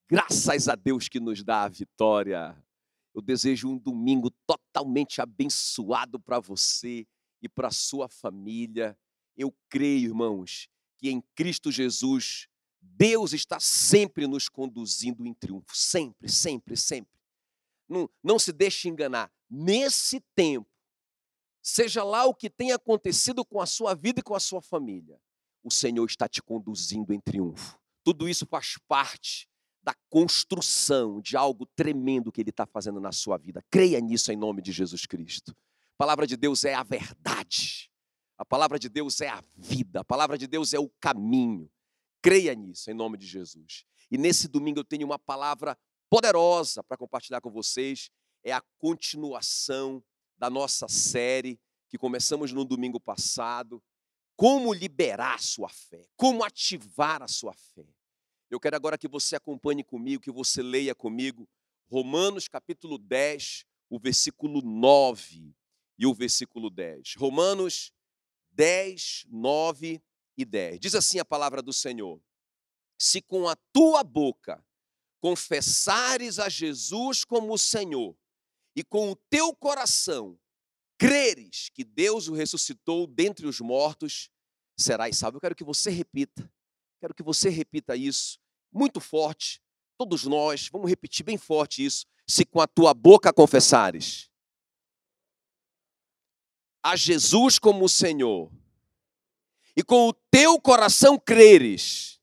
Graças a Deus que nos dá a vitória. Eu desejo um domingo totalmente abençoado para você e para a sua família. Eu creio, irmãos, que em Cristo Jesus, Deus está sempre nos conduzindo em triunfo. Sempre, sempre, sempre. Não se deixe enganar. Nesse tempo, seja lá o que tenha acontecido com a sua vida e com a sua família, o Senhor está te conduzindo em triunfo. Tudo isso faz parte da construção de algo tremendo que Ele está fazendo na sua vida. Creia nisso em nome de Jesus Cristo. A palavra de Deus é a verdade. A palavra de Deus é a vida. A palavra de Deus é o caminho. Creia nisso em nome de Jesus. E nesse domingo eu tenho uma palavra poderosa para compartilhar com vocês. É a continuação da nossa série que começamos no domingo passado. Como liberar a sua fé, como ativar a sua fé. Eu quero agora que você acompanhe comigo, que você leia comigo Romanos capítulo 10, o versículo 9 e o versículo 10. Romanos 10, 9 e 10. Diz assim a palavra do Senhor: se com a tua boca confessares a Jesus como o Senhor e com o teu coração creres que Deus o ressuscitou dentre os mortos, serás salvo. Eu quero que você repita. Quero que você repita isso muito forte. Todos nós, vamos repetir bem forte isso. Se com a tua boca confessares a Jesus como o Senhor e com o teu coração creres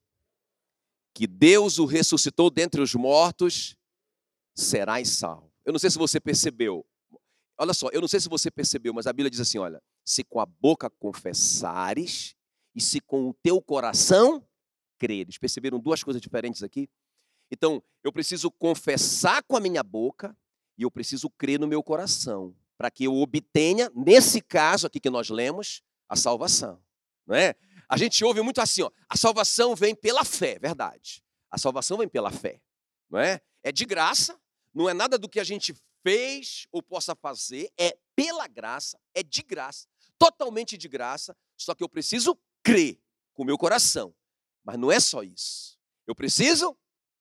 que Deus o ressuscitou dentre os mortos, serás salvo. Eu não sei se você percebeu. Olha só, eu não sei se você percebeu, mas a Bíblia diz assim, olha, se com a boca confessares e se com o teu coração creres. Perceberam duas coisas diferentes aqui? Então, eu preciso confessar com a minha boca e eu preciso crer no meu coração, para que eu obtenha, nesse caso aqui que nós lemos, a salvação. Não é? A gente ouve muito assim, ó, a salvação vem pela fé, verdade. A salvação vem pela fé, não é? É de graça, não é nada do que a gente fez ou possa fazer, é pela graça, é de graça, totalmente de graça, só que eu preciso crer com o meu coração. Mas não é só isso. Eu preciso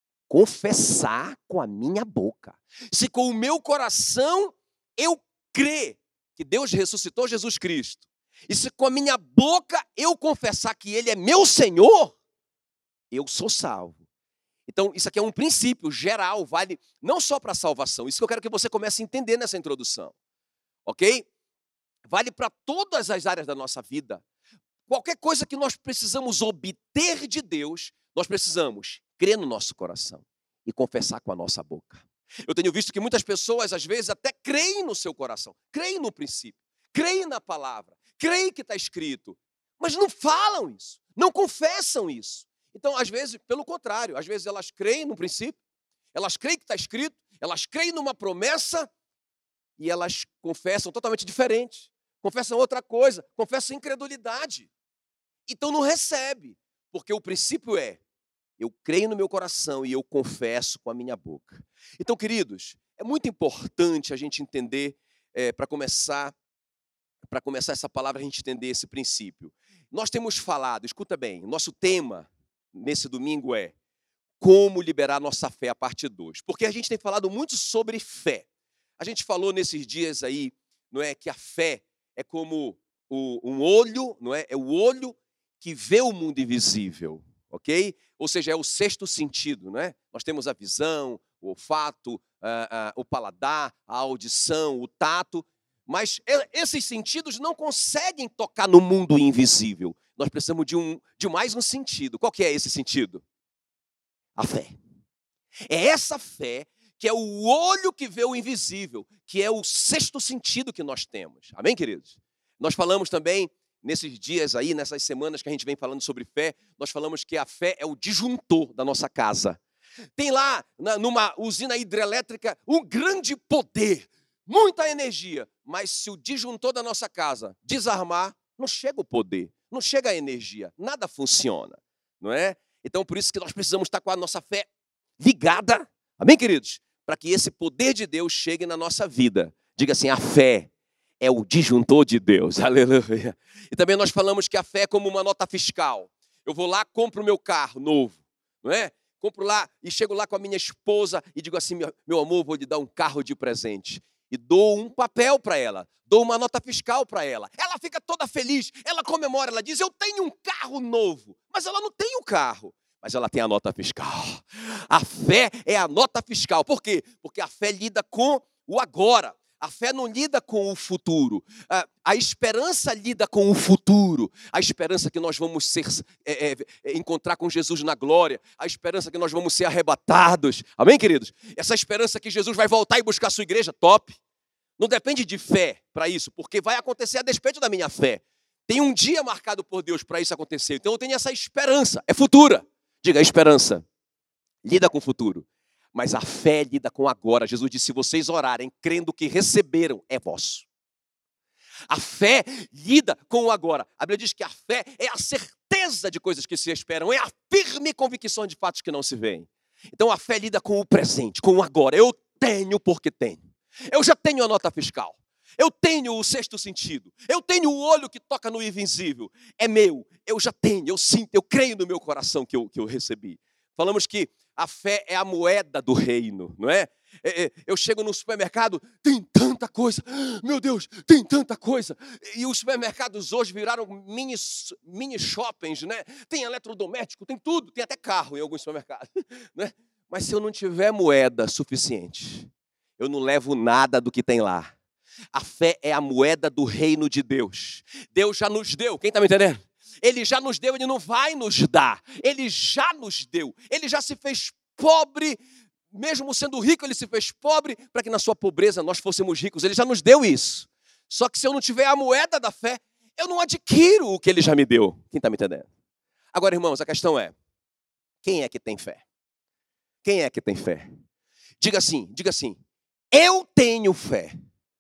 confessar com a minha boca. Se com o meu coração eu crer que Deus ressuscitou Jesus Cristo, e se com a minha boca eu confessar que Ele é meu Senhor, eu sou salvo. Então, isso aqui é um princípio geral, vale não só para a salvação. Isso que eu quero que você comece a entender nessa introdução. Ok? Vale para todas as áreas da nossa vida. Qualquer coisa que nós precisamos obter de Deus, nós precisamos crer no nosso coração e confessar com a nossa boca. Eu tenho visto que muitas pessoas, às vezes, até creem no seu coração, creem no princípio, creem na palavra, creem que está escrito, mas não falam isso, não confessam isso. Então, às vezes, pelo contrário, às vezes elas creem no princípio, elas creem que está escrito, elas creem numa promessa e elas confessam totalmente diferente, confessam outra coisa, confessam incredulidade. Então não recebe, porque o princípio é, eu creio no meu coração e eu confesso com a minha boca. Então, queridos, é muito importante a gente entender, para começar essa palavra, a gente entender esse princípio. Nós temos falado, escuta bem, nosso tema nesse domingo é como liberar nossa fé, a parte 2. Porque a gente tem falado muito sobre fé. A gente falou nesses dias aí, não é, que a fé é como um olho, não é? É o olho que vê o mundo invisível, ok? Ou seja, é o sexto sentido, não é? Nós temos a visão, o olfato, o paladar, a audição, o tato, mas esses sentidos não conseguem tocar no mundo invisível. Nós precisamos de mais um sentido. Qual que é esse sentido? A fé. É essa fé que é o olho que vê o invisível, que é o sexto sentido que nós temos. Amém, queridos? Nós falamos também, nesses dias aí, nessas semanas que a gente vem falando sobre fé, nós falamos que a fé é o disjuntor da nossa casa. Tem lá, numa usina hidrelétrica, um grande poder, muita energia, mas se o disjuntor da nossa casa desarmar, não chega o poder, não chega a energia, nada funciona, não é? Então, por isso que nós precisamos estar com a nossa fé ligada, amém, queridos? Para que esse poder de Deus chegue na nossa vida. Diga assim, a fé é o disjuntor de Deus, aleluia. E também nós falamos que a fé é como uma nota fiscal. Eu vou lá, compro o meu carro novo, não é? compro lá e chego lá com a minha esposa e digo assim, meu amor, vou lhe dar um carro de presente. E dou um papel para ela, dou uma nota fiscal para ela. Ela fica toda feliz, ela comemora, ela diz, eu tenho um carro novo. Mas ela não tem o carro, mas ela tem a nota fiscal. A fé é a nota fiscal. Por quê? Porque a fé lida com o agora. A fé não lida com o futuro. A esperança lida com o futuro. A esperança que nós vamos encontrar com Jesus na glória. A esperança que nós vamos ser arrebatados. Amém, queridos? Essa esperança que Jesus vai voltar e buscar a sua igreja, top. Não depende de fé para isso, porque vai acontecer a despeito da minha fé. Tem um dia marcado por Deus para isso acontecer. Então eu tenho essa esperança. É futura. Diga, a esperança lida com o futuro. Mas a fé lida com agora. Jesus disse, se vocês orarem, crendo que receberam, é vosso. A fé lida com o agora. A Bíblia diz que a fé é a certeza de coisas que se esperam, é a firme convicção de fatos que não se veem. Então a fé lida com o presente, com o agora. Eu tenho porque tenho. Eu já tenho a nota fiscal. Eu tenho o sexto sentido. Eu tenho o olho que toca no invisível. É meu. Eu já tenho, eu sinto, eu creio no meu coração que eu recebi. Falamos que a fé é a moeda do reino, não é? Eu chego no supermercado, tem tanta coisa, meu Deus, tem tanta coisa. E os supermercados hoje viraram mini shoppings, né? Tem eletrodoméstico, tem tudo, tem até carro em alguns supermercados, né? Mas se eu não tiver moeda suficiente, eu não levo nada do que tem lá. A fé é a moeda do reino de Deus. Deus já nos deu, quem está me entendendo? Ele já nos deu, Ele não vai nos dar. Ele já nos deu. Ele já se fez pobre, mesmo sendo rico, Ele se fez pobre para que na sua pobreza nós fôssemos ricos. Ele já nos deu isso. Só que se eu não tiver a moeda da fé, eu não adquiro o que Ele já me deu. Quem está me entendendo? Agora, irmãos, a questão é, quem é que tem fé? Quem é que tem fé? Diga assim, eu tenho fé.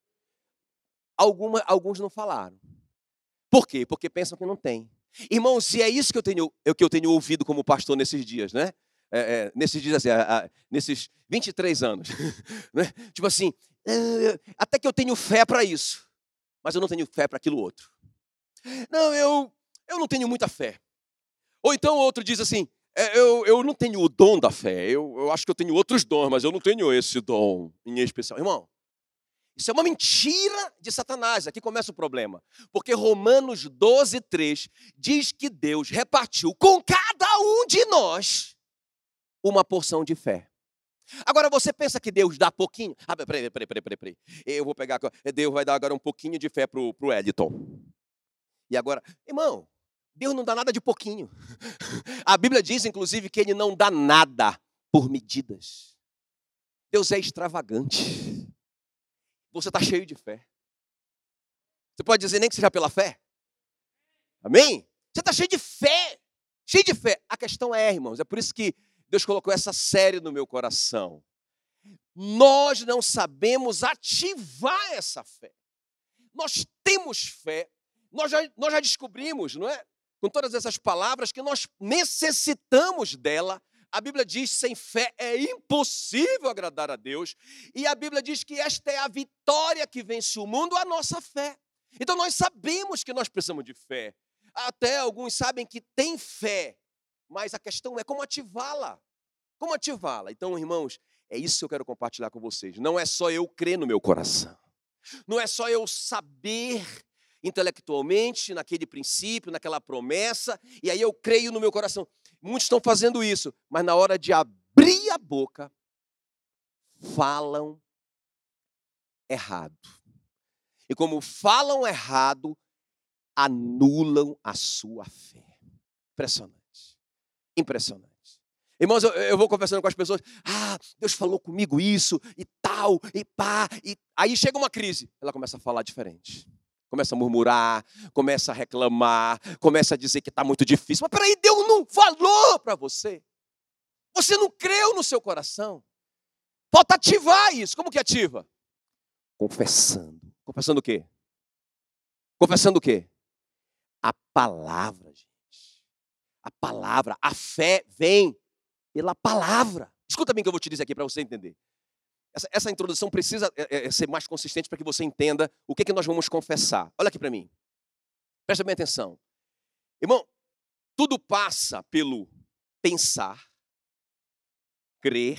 Alguns não falaram. Por quê? Porque pensam que não tem. Irmãos, e é isso que eu tenho ouvido como pastor nesses dias, né? Nesses dias, assim, nesses 23 anos. Né? Tipo assim, até que eu tenho fé para isso, mas eu não tenho fé para aquilo outro. Não, eu não tenho muita fé. Ou então outro diz assim, eu não tenho o dom da fé, eu acho que eu tenho outros dons, mas eu não tenho esse dom em especial. Irmão, isso é uma mentira de Satanás. Aqui começa o problema. Porque Romanos 12:3 diz que Deus repartiu com cada um de nós uma porção de fé. Agora você pensa que Deus dá pouquinho? Peraí. Eu vou pegar, Deus vai dar agora um pouquinho de fé pro Editon. E agora, irmão, Deus não dá nada de pouquinho. A Bíblia diz, inclusive, que Ele não dá nada por medidas. Deus é extravagante. Você está cheio de fé. Você pode dizer nem que seja pela fé? Amém? Você está cheio de fé. Cheio de fé. A questão é, irmãos, é por isso que Deus colocou essa série no meu coração. Nós não sabemos ativar essa fé. Nós temos fé. Nós já descobrimos, não é? Com todas essas palavras, que nós necessitamos dela. A Bíblia diz que sem fé é impossível agradar a Deus. E a Bíblia diz que esta é a vitória que vence o mundo, a nossa fé. Então nós sabemos que nós precisamos de fé. Até alguns sabem que tem fé. Mas a questão é como ativá-la. Como ativá-la? Então, irmãos, é isso que eu quero compartilhar com vocês. Não é só eu crer no meu coração. Não é só eu saber intelectualmente naquele princípio, naquela promessa, e aí eu creio no meu coração. Muitos estão fazendo isso, mas na hora de abrir a boca, falam errado. E como falam errado, anulam a sua fé. Impressionante. Impressionante. Irmãos, eu vou conversando com as pessoas, Deus falou comigo isso, e tal, e pá, e aí chega uma crise, ela começa a falar diferente. Começa a murmurar, começa a reclamar, começa a dizer que está muito difícil. Mas peraí, Deus não falou para você. Você não creu no seu coração. Falta ativar isso. Como que ativa? Confessando. Confessando o quê? Confessando o quê? A palavra, gente. A palavra, a fé vem pela palavra. Escuta bem o que eu vou te dizer aqui para você entender. Essa introdução precisa ser mais consistente para que você entenda o que nós vamos confessar. Olha aqui para mim. Presta bem atenção. Irmão, tudo passa pelo pensar, crer,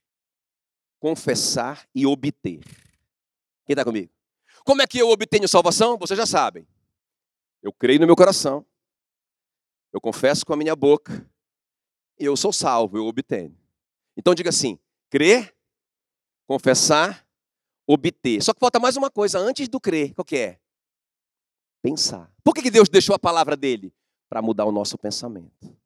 confessar e obter. Quem está comigo? Como é que eu obtenho salvação? Vocês já sabem. Eu creio no meu coração, eu confesso com a minha boca, e eu sou salvo, eu obtenho. Então diga assim, crer, confessar, obter. Só que falta mais uma coisa, antes do crer, qual que é? Pensar. Por que Deus deixou a palavra dele? Para mudar o nosso pensamento.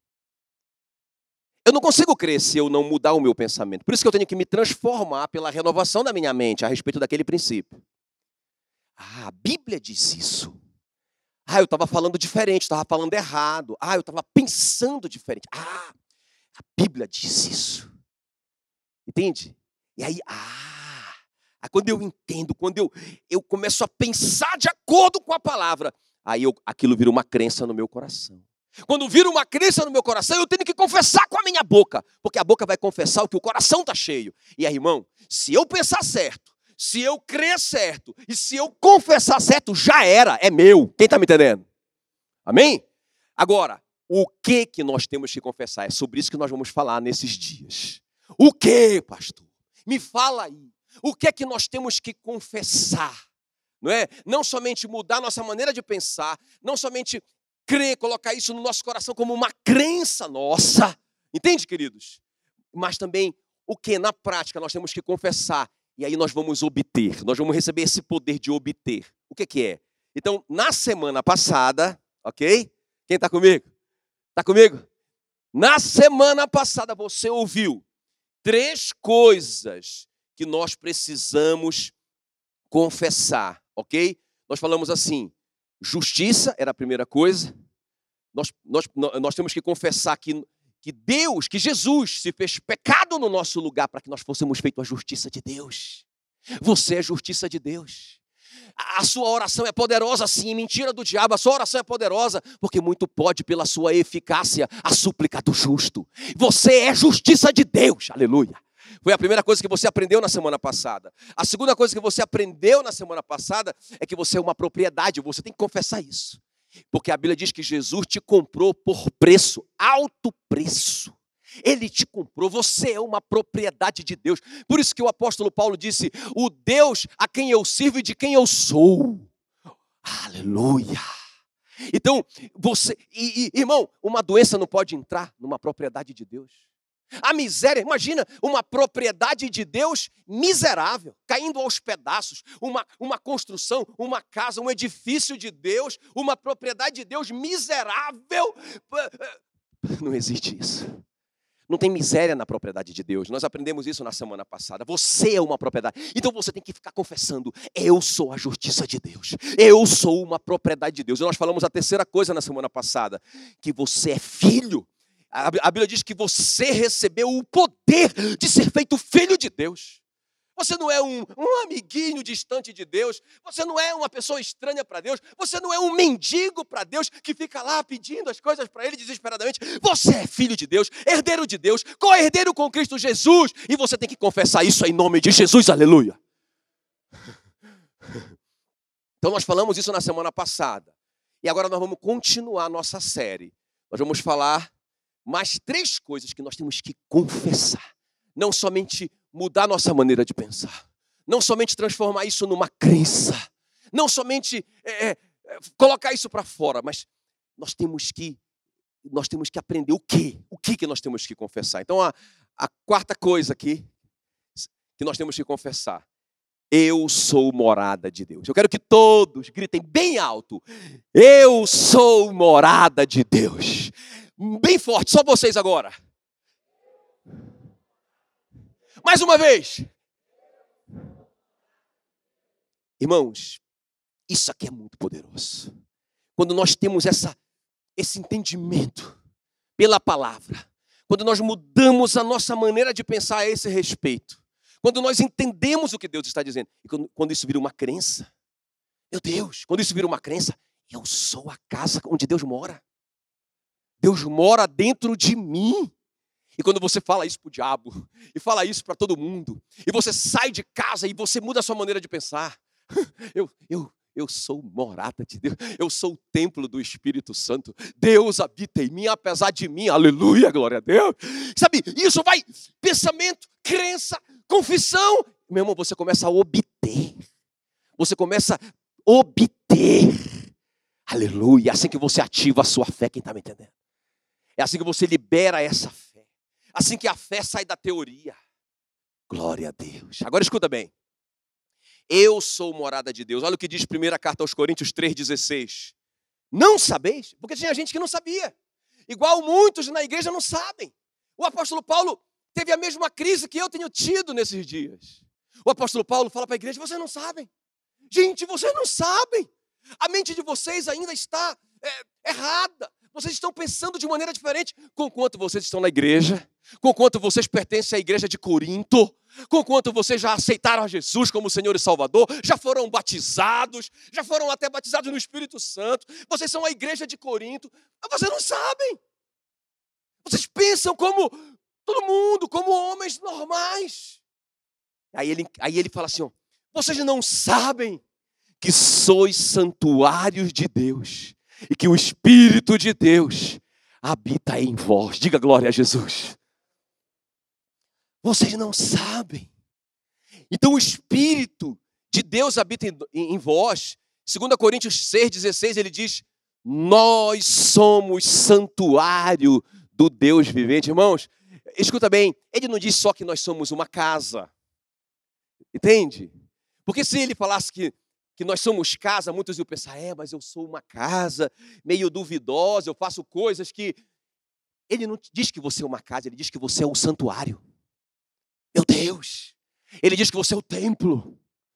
Eu não consigo crer se eu não mudar o meu pensamento. Por isso que eu tenho que me transformar pela renovação da minha mente a respeito daquele princípio. Ah, a Bíblia diz isso. Ah, eu estava falando diferente, estava falando errado. Ah, eu estava pensando diferente. Ah, a Bíblia diz isso. Entende? E aí, quando eu entendo, quando eu começo a pensar de acordo com a palavra, aí aquilo vira uma crença no meu coração. Quando vira uma crença no meu coração, eu tenho que confessar com a minha boca, porque a boca vai confessar o que o coração está cheio. E aí, irmão, se eu pensar certo, se eu crer certo, e se eu confessar certo, já era, é meu. Quem está me entendendo? Amém? Agora, o que nós temos que confessar? É sobre isso que nós vamos falar nesses dias. O que, pastor? Me fala aí. O que é que nós temos que confessar? Não é? Não somente mudar nossa maneira de pensar, não somente crer, colocar isso no nosso coração como uma crença nossa. Entende, queridos? Mas também o que na prática nós temos que confessar. E aí nós vamos obter, nós vamos receber esse poder de obter. O que é? Então, na semana passada, ok? Quem está comigo? Está comigo? Na semana passada você ouviu 3 coisas que nós precisamos confessar, ok? Nós falamos assim, justiça era a primeira coisa. Nós temos que confessar que Deus, que Jesus se fez pecado no nosso lugar para que nós fôssemos feitos a justiça de Deus. Você é a justiça de Deus. A sua oração é poderosa, sim, mentira do diabo. A sua oração é poderosa, porque muito pode pela sua eficácia a súplica do justo. Você é justiça de Deus, aleluia. Foi a primeira coisa que você aprendeu na semana passada. A segunda coisa que você aprendeu na semana passada é que você é uma propriedade, você tem que confessar isso. Porque a Bíblia diz que Jesus te comprou por preço, alto preço. Ele te comprou, você é uma propriedade de Deus. Por isso que o apóstolo Paulo disse, o Deus a quem eu sirvo e de quem eu sou. Aleluia. Então, irmão, uma doença não pode entrar numa propriedade de Deus. A miséria, imagina uma propriedade de Deus miserável, caindo aos pedaços, uma construção, uma casa, um edifício de Deus, uma propriedade de Deus miserável. Não existe isso. Não tem miséria na propriedade de Deus. Nós aprendemos isso na semana passada. Você é uma propriedade. Então você tem que ficar confessando, eu sou a justiça de Deus. Eu sou uma propriedade de Deus. E nós falamos a terceira coisa na semana passada, que você é filho. A Bíblia diz que você recebeu o poder de ser feito filho de Deus. Você não é um amiguinho distante de Deus. Você não é uma pessoa estranha para Deus. Você não é um mendigo para Deus que fica lá pedindo as coisas para Ele desesperadamente. Você é filho de Deus, herdeiro de Deus, co-herdeiro com Cristo Jesus. E você tem que confessar isso em nome de Jesus, aleluia. Então nós falamos isso na semana passada. E agora nós vamos continuar a nossa série. Nós vamos falar mais 3 coisas que nós temos que confessar. Não somente mudar nossa maneira de pensar. Não somente transformar isso numa crença. Não somente colocar isso para fora. Mas nós temos que aprender o quê? O que nós temos que confessar? Então, a 4ª coisa aqui que nós temos que confessar. Eu sou morada de Deus. Eu quero que todos gritem bem alto. Eu sou morada de Deus. Bem forte, só vocês agora. Mais uma vez. Irmãos, isso aqui é muito poderoso. Quando nós temos esse entendimento pela palavra, quando nós mudamos a nossa maneira de pensar a esse respeito, quando nós entendemos o que Deus está dizendo, e quando isso vira uma crença, meu Deus, quando isso vira uma crença, eu sou a casa onde Deus mora. Deus mora dentro de mim. E quando você fala isso para o diabo, e fala isso para todo mundo, e você sai de casa e você muda a sua maneira de pensar, eu eu sou morada de Deus, eu sou o templo do Espírito Santo, Deus habita em mim, apesar de mim, aleluia, glória a Deus. Sabe, isso vai, pensamento, crença, confissão, meu irmão, você começa a obter, aleluia, é assim que você ativa a sua fé, quem está me entendendo? É assim que você libera essa fé, assim que a fé sai da teoria, glória a Deus. Agora escuta bem, eu sou morada de Deus. Olha o que diz 1ª carta aos Coríntios 3,16. Não sabeis? Porque tinha gente que não sabia. Igual muitos na igreja não sabem. O apóstolo Paulo teve a mesma crise que eu tenho tido nesses dias. O apóstolo Paulo fala para a igreja, vocês não sabem. Gente, vocês não sabem. A mente de vocês ainda está errada. Vocês estão pensando de maneira diferente. Conquanto vocês estão na igreja, conquanto vocês pertencem à igreja de Corinto, conquanto vocês já aceitaram a Jesus como Senhor e Salvador, já foram batizados, já foram até batizados no Espírito Santo, vocês são a igreja de Corinto, mas vocês não sabem. Vocês pensam como todo mundo, como homens normais. Aí ele fala assim, ó, vocês não sabem que sois santuários de Deus e que o Espírito de Deus habita em vós. Diga glória a Jesus. Vocês não sabem. Então o Espírito de Deus habita em vós. 2 Coríntios 6,16, ele diz, nós somos santuário do Deus vivente. Irmãos, escuta bem, ele não diz só que nós somos uma casa. Entende? Porque se ele falasse que nós somos casa, muitos iam pensar, mas eu sou uma casa meio duvidosa, eu faço coisas que... Ele não diz que você é uma casa, ele diz que você é um santuário. Meu Deus! Ele diz que você é o templo.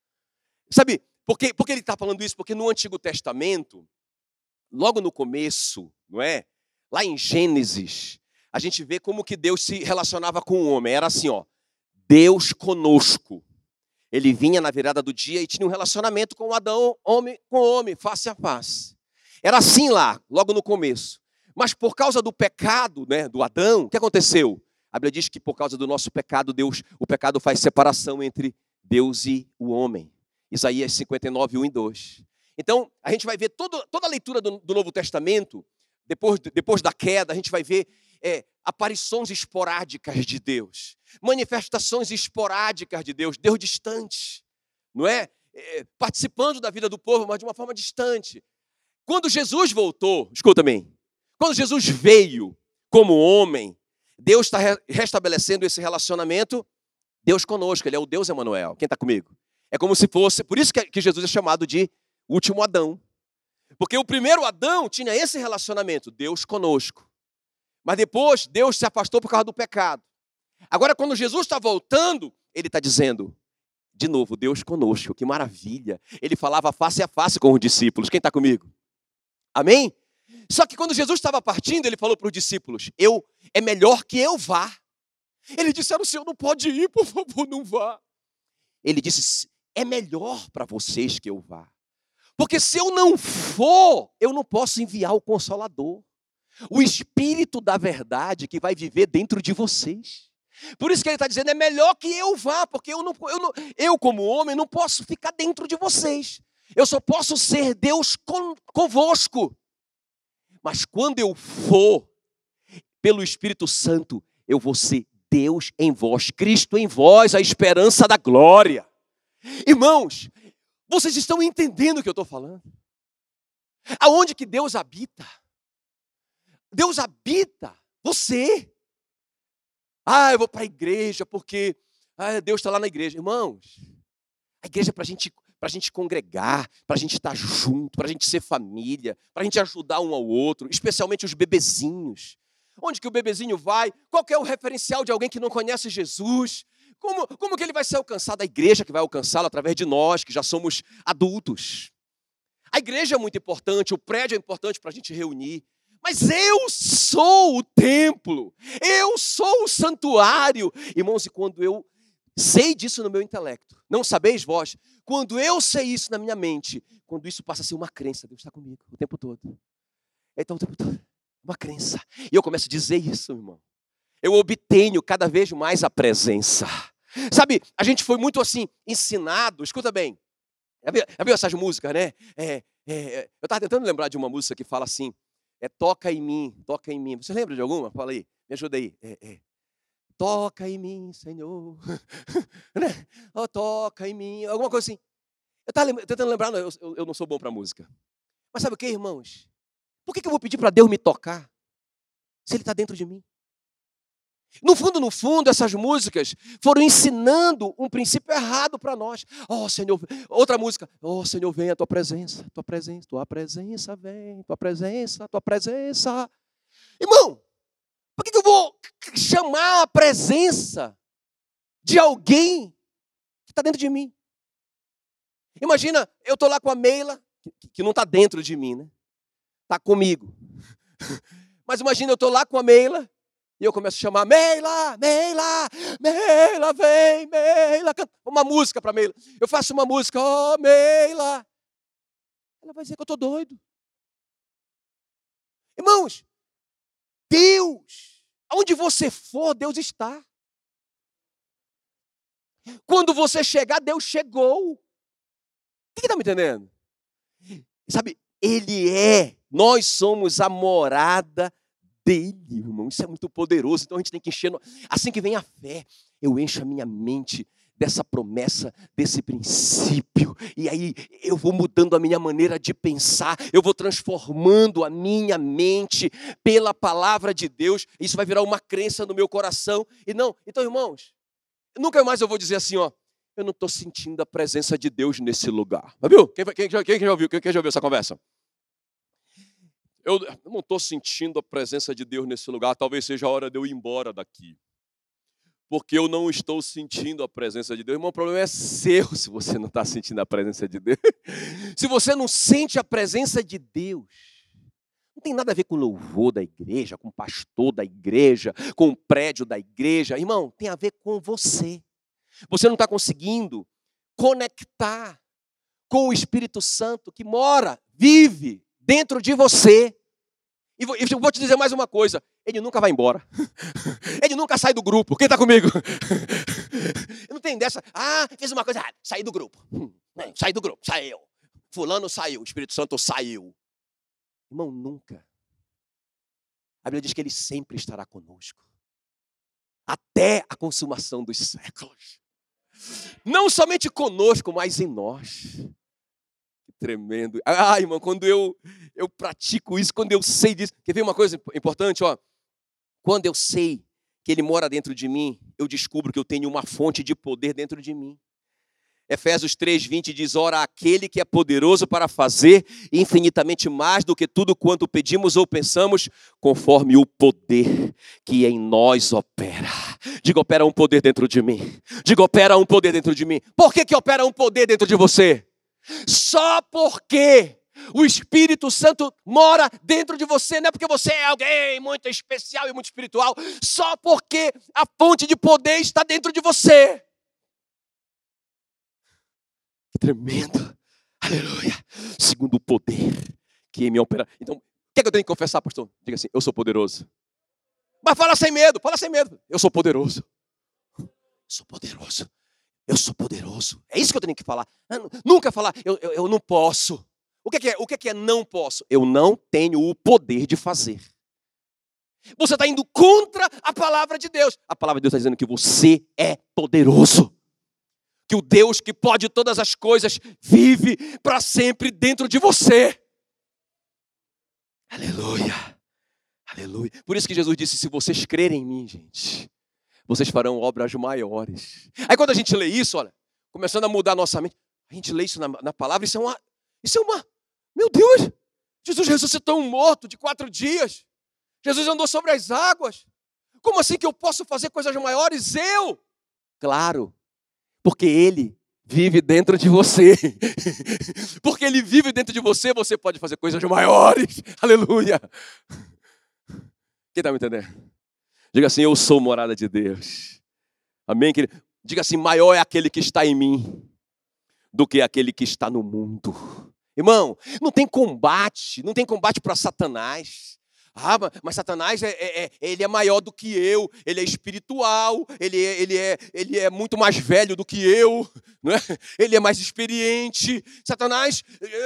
Sabe, por que ele está falando isso? Porque no Antigo Testamento, logo no começo, não é? Lá em Gênesis, a gente vê como que Deus se relacionava com o homem. Era assim, ó, Deus conosco. Ele vinha na virada do dia e tinha um relacionamento com Adão, homem com homem, face a face. Era assim lá, logo no começo. Mas por causa do pecado, né, do Adão, o que aconteceu? A Bíblia diz que por causa do nosso pecado, o pecado faz separação entre Deus e o homem. Isaías 59, 1 e 2. Então, a gente vai ver toda a leitura do Novo Testamento, depois da queda, a gente vai ver aparições esporádicas de Deus, manifestações esporádicas de Deus, Deus distante, não é? Participando da vida do povo, mas de uma forma distante. Quando Jesus voltou, escuta bem, quando Jesus veio como homem, Deus está restabelecendo esse relacionamento, Deus conosco, Ele é o Deus Emanuel. Quem está comigo? É como se fosse, por isso que Jesus é chamado de último Adão. Porque o primeiro Adão tinha esse relacionamento, Deus conosco. Mas depois, Deus se afastou por causa do pecado. Agora, quando Jesus está voltando, Ele está dizendo, de novo, Deus conosco, que maravilha. Ele falava face a face com os discípulos. Quem está comigo? Amém? Só que quando Jesus estava partindo, Ele falou para os discípulos, é melhor que eu vá. Eles disseram, o Senhor não pode ir, por favor, não vá. Ele disse, é melhor para vocês que eu vá. Porque se eu não for, eu não posso enviar o Consolador. O Espírito da verdade que vai viver dentro de vocês. Por isso que ele está dizendo, é melhor que eu vá, porque eu como homem não posso ficar dentro de vocês. Eu só posso ser Deus convosco. Mas quando eu for, pelo Espírito Santo, eu vou ser Deus em vós, Cristo em vós, a esperança da glória. Irmãos, vocês estão entendendo o que eu estou falando? Aonde que Deus habita? Deus habita você. Eu vou para a igreja porque Deus está lá na igreja. Irmãos, a igreja é para a gente congregar, para a gente estar junto, para a gente ser família, para a gente ajudar um ao outro, especialmente os bebezinhos. Onde que o bebezinho vai? Qual que é o referencial de alguém que não conhece Jesus? Como que ele vai ser alcançado? A igreja que vai alcançá-lo através de nós, que já somos adultos. A igreja é muito importante, o prédio é importante para a gente reunir. Mas eu sou o templo, eu sou o santuário. Irmãos, e quando eu sei disso no meu intelecto, não sabeis vós, quando eu sei isso na minha mente, quando isso passa a ser uma crença, Deus está comigo o tempo todo. Então, o tempo todo, uma crença. E eu começo a dizer isso, irmão. Eu obtenho cada vez mais a presença. Sabe, a gente foi muito assim, ensinado, escuta bem, Já viu essas músicas, né? Eu estava tentando lembrar de uma música que fala assim, toca em mim, toca em mim. Você lembra de alguma? Fala aí, me ajuda aí. Toca em mim, Senhor. Né? Oh, toca em mim, alguma coisa assim. Eu estava tentando lembrar, não, eu não sou bom para música. Mas sabe o que, irmãos? Por que eu vou pedir para Deus me tocar se Ele está dentro de mim? No fundo, essas músicas foram ensinando um princípio errado para nós. Oh, Senhor, outra música. Oh, Senhor, vem a tua presença, tua presença, tua presença, vem, tua presença, tua presença. Irmão, por que eu vou chamar a presença de alguém que está dentro de mim? Imagina, eu estou lá com a Meila, que não está dentro de mim, né? Está comigo. Mas imagina, eu estou lá com a Meila, e eu começo a chamar, Meila, Meila, Meila, vem, Meila. Canta uma música para Meila. Eu faço uma música, oh, Meila. Ela vai dizer que eu estou doido. Irmãos, Deus, aonde você for, Deus está. Quando você chegar, Deus chegou. Quem está me entendendo? Sabe, nós somos a morada dele, irmão. Isso é muito poderoso. Então a gente tem que encher. Assim que vem a fé, eu encho a minha mente dessa promessa, desse princípio. E aí eu vou mudando a minha maneira de pensar. Eu vou transformando a minha mente pela palavra de Deus. Isso vai virar uma crença no meu coração. Então, irmãos, nunca mais eu vou dizer assim, ó. Eu não estou sentindo a presença de Deus nesse lugar. Viu? Quem já ouviu? Quem já ouviu essa conversa? Eu não estou sentindo a presença de Deus nesse lugar. Talvez seja a hora de eu ir embora daqui. Porque eu não estou sentindo a presença de Deus. Irmão, o problema é seu se você não está sentindo a presença de Deus. Se você não sente a presença de Deus, não tem nada a ver com o louvor da igreja, com o pastor da igreja, com o prédio da igreja. Irmão, tem a ver com você. Você não está conseguindo conectar com o Espírito Santo que mora, vive dentro de você. E eu vou te dizer mais uma coisa. Ele nunca vai embora. Ele nunca sai do grupo. Quem está comigo? Não tem dessa. Fez uma coisa errada. Saí do grupo. Saí do grupo. Saiu. Fulano saiu. O Espírito Santo saiu. Irmão, nunca. A Bíblia diz que Ele sempre estará conosco. Até a consumação dos séculos. Não somente conosco, mas em nós. Que tremendo. Irmão, quando eu pratico isso, quando eu sei disso. Quer ver uma coisa importante? Ó? Quando eu sei que Ele mora dentro de mim, eu descubro que eu tenho uma fonte de poder dentro de mim. Efésios 3:20 diz, ora, aquele que é poderoso para fazer infinitamente mais do que tudo quanto pedimos ou pensamos, conforme o poder que em nós opera. Diga, opera um poder dentro de mim. Diga, opera um poder dentro de mim. Por que opera um poder dentro de você? Só porque o Espírito Santo mora dentro de você, não é porque você é alguém muito especial e muito espiritual, só porque a fonte de poder está dentro de você. Tremendo, aleluia, segundo o poder que me opera. Então, o que é que eu tenho que confessar, pastor? Diga assim, eu sou poderoso. Mas fala sem medo, eu sou poderoso. Sou poderoso, eu sou poderoso. É isso que eu tenho que falar. Nunca falar, eu não posso. O que é não posso? Eu não tenho o poder de fazer. Você está indo contra a palavra de Deus. A palavra de Deus está dizendo que você é poderoso. Que o Deus que pode todas as coisas vive para sempre dentro de você. Aleluia, aleluia. Por isso que Jesus disse, se vocês crerem em mim, gente, vocês farão obras maiores. Aí quando a gente lê isso, olha, começando a mudar a nossa mente, a gente lê isso na palavra, isso é uma, meu Deus, Jesus ressuscitou um morto de 4 dias. Jesus andou sobre as águas. Como assim que eu posso fazer coisas maiores? Eu? Claro. Porque Ele vive dentro de você. Porque Ele vive dentro de você, você pode fazer coisas maiores. Aleluia. Quem está me entendendo? Diga assim, eu sou morada de Deus. Amém? Diga assim, maior é aquele que está em mim do que aquele que está no mundo. Irmão, não tem combate para Satanás. Mas Satanás, ele é maior do que eu, ele é espiritual, ele é muito mais velho do que eu, não é? Ele é mais experiente. Satanás,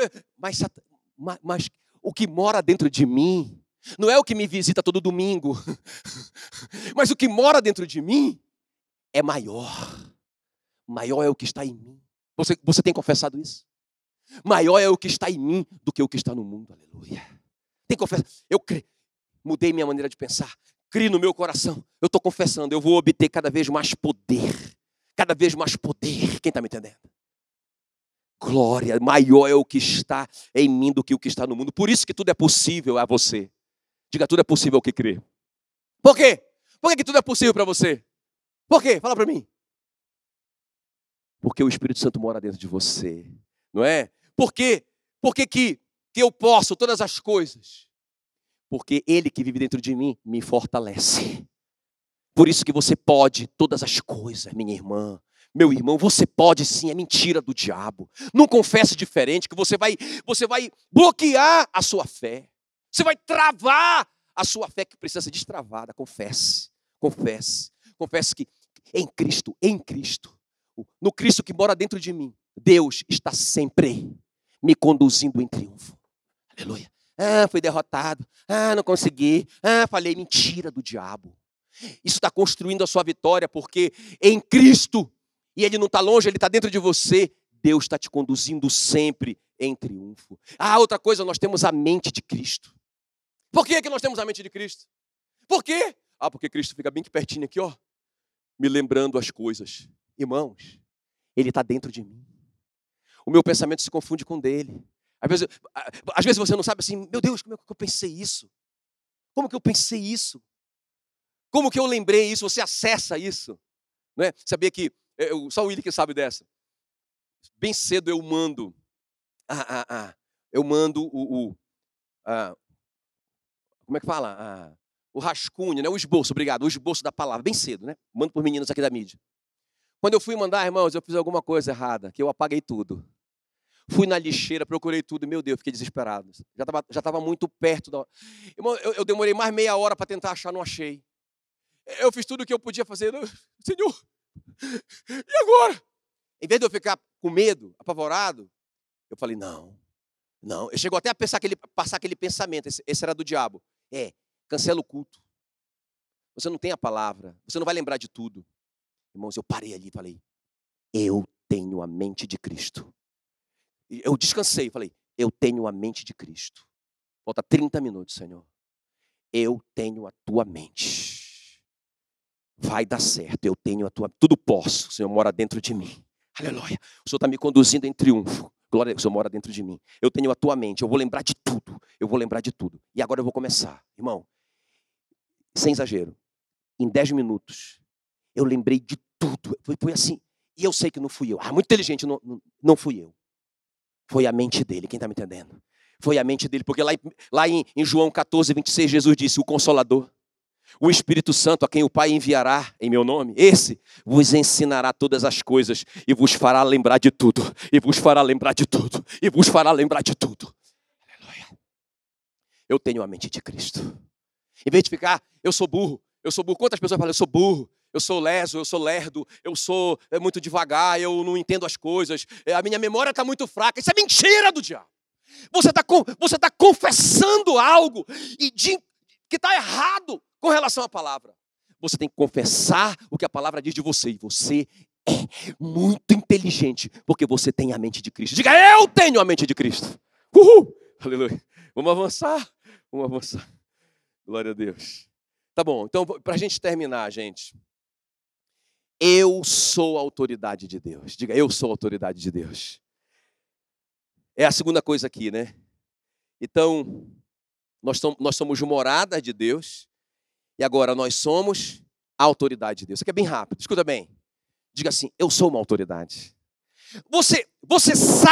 mas o que mora dentro de mim, não é o que me visita todo domingo, mas o que mora dentro de mim é maior. Maior é o que está em mim. Você tem confessado isso? Maior é o que está em mim do que o que está no mundo. Aleluia. Tem confessado. Eu mudei minha maneira de pensar. Criei no meu coração. Eu estou confessando. Eu vou obter cada vez mais poder. Cada vez mais poder. Quem está me entendendo? Glória. Maior é o que está em mim do que o que está no mundo. Por isso que tudo é possível a você. Diga, tudo é possível ao que crê. Por quê? Por que tudo é possível para você? Por quê? Fala para mim. Porque o Espírito Santo mora dentro de você. Não é? Por quê? Por que eu posso todas as coisas? Porque Ele que vive dentro de mim me fortalece. Por isso que você pode todas as coisas, minha irmã, meu irmão, você pode sim, é mentira do diabo. Não confesse diferente, que você vai bloquear a sua fé. Você vai travar a sua fé que precisa ser destravada. Confesse que em Cristo, no Cristo que mora dentro de mim, Deus está sempre me conduzindo em triunfo. Aleluia. Fui derrotado. Não consegui. Falei, mentira do diabo. Isso está construindo a sua vitória, porque em Cristo, e Ele não está longe, Ele está dentro de você, Deus está te conduzindo sempre em triunfo. Outra coisa, nós temos a mente de Cristo. Por que nós temos a mente de Cristo? Por quê? Porque Cristo fica bem pertinho aqui, ó, me lembrando as coisas. Irmãos, Ele está dentro de mim. O meu pensamento se confunde com o dele. Às vezes você não sabe assim, meu Deus, como é que eu pensei isso? Como que eu pensei isso? Como que eu lembrei isso? Você acessa isso. Não é? Sabia que, só o Willi que sabe dessa. Bem cedo eu mando como é que fala? O rascunho, né? O esboço, obrigado, o esboço da palavra, bem cedo, né? Mando por meninos aqui da mídia. Quando eu fui mandar, irmãos, eu fiz alguma coisa errada, que eu apaguei tudo. Fui na lixeira, procurei tudo, meu Deus, fiquei desesperado. Já estava muito perto da hora. Irmão, eu demorei mais meia hora para tentar achar, não achei. Eu fiz tudo o que eu podia fazer. Senhor, e agora? Em vez de eu ficar com medo, apavorado, eu falei, não. Eu chegou até a passar aquele pensamento, esse era do diabo. Cancela o culto. Você não tem a palavra, você não vai lembrar de tudo. Irmãos, eu parei ali e falei, eu tenho a mente de Cristo. Eu descansei, falei, eu tenho a mente de Cristo. Falta 30 minutos, Senhor. Eu tenho a tua mente. Vai dar certo, eu tenho a tua... Tudo posso, o Senhor mora dentro de mim. Aleluia. O Senhor está me conduzindo em triunfo. Glória a Deus, o Senhor mora dentro de mim. Eu tenho a tua mente, eu vou lembrar de tudo. E agora eu vou começar. Irmão, sem exagero, em 10 minutos, eu lembrei de tudo. Foi assim. E eu sei que não fui eu. Muito inteligente, não fui eu. Foi a mente dele, quem está me entendendo? Foi a mente dele, porque lá em João 14, 26, Jesus disse, o Consolador, o Espírito Santo, a quem o Pai enviará em meu nome, esse vos ensinará todas as coisas e vos fará lembrar de tudo, e vos fará lembrar de tudo, e vos fará lembrar de tudo. Aleluia. Eu tenho a mente de Cristo. Em vez de ficar, eu sou burro. Quantas pessoas falam, eu sou burro, eu sou leso, eu sou lerdo, eu sou muito devagar, eu não entendo as coisas, a minha memória está muito fraca. Isso é mentira do diabo. Você está confessando algo que está errado com relação à palavra. Você tem que confessar o que a palavra diz de você. E você é muito inteligente, porque você tem a mente de Cristo. Diga, eu tenho a mente de Cristo. Uhul! Aleluia. Vamos avançar. Glória a Deus. Tá bom, então para a gente terminar, gente. Eu sou a autoridade de Deus. Diga, eu sou a autoridade de Deus. É a segunda coisa aqui, né? Então, nós somos morada de Deus. E agora nós somos a autoridade de Deus. Isso aqui é bem rápido, escuta bem. Diga assim, eu sou uma autoridade. Você